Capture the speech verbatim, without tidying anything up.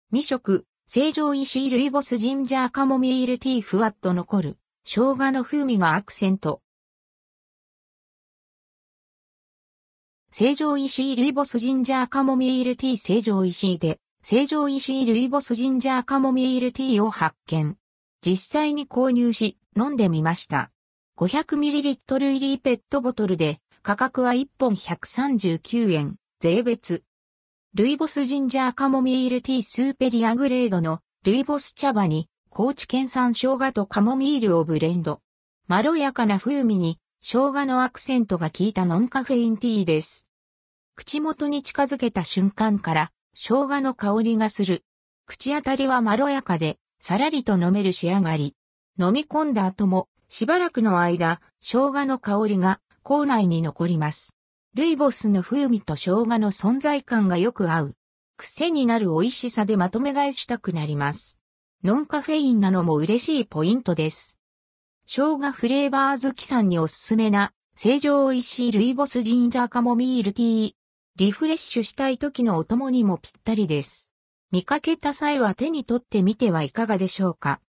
未食、成城石井ルイボスジンジャーカモミールティーふわっと残る、生姜の風味がアクセント。成城石井ルイボスジンジャーカモミールティー成城石井で、成城石井ルイボスジンジャーカモミールティーを発見。実際に購入し、飲んでみました。ごひゃくミリリットル 入りペットボトルで、価格はいっぽんひゃくさんじゅうきゅうえん、税別。ルイボスジンジャーカモミールティースーペリアグレードのルイボス茶葉に高知県産生姜とカモミールをブレンド。まろやかな風味に生姜のアクセントが効いたノンカフェインティーです。口元に近づけた瞬間から生姜の香りがする。口当たりはまろやかでさらりと飲める仕上がり。飲み込んだ後もしばらくの間生姜の香りが口内に残ります。ルイボスの風味と生姜の存在感がよく合う。癖になる美味しさでまとめ買いしたくなります。ノンカフェインなのも嬉しいポイントです。生姜フレーバー好きさんにおすすめな成城石井ルイボスジンジャーカモミールティー。リフレッシュしたい時のお供にもぴったりです。見かけた際は手に取ってみてはいかがでしょうか。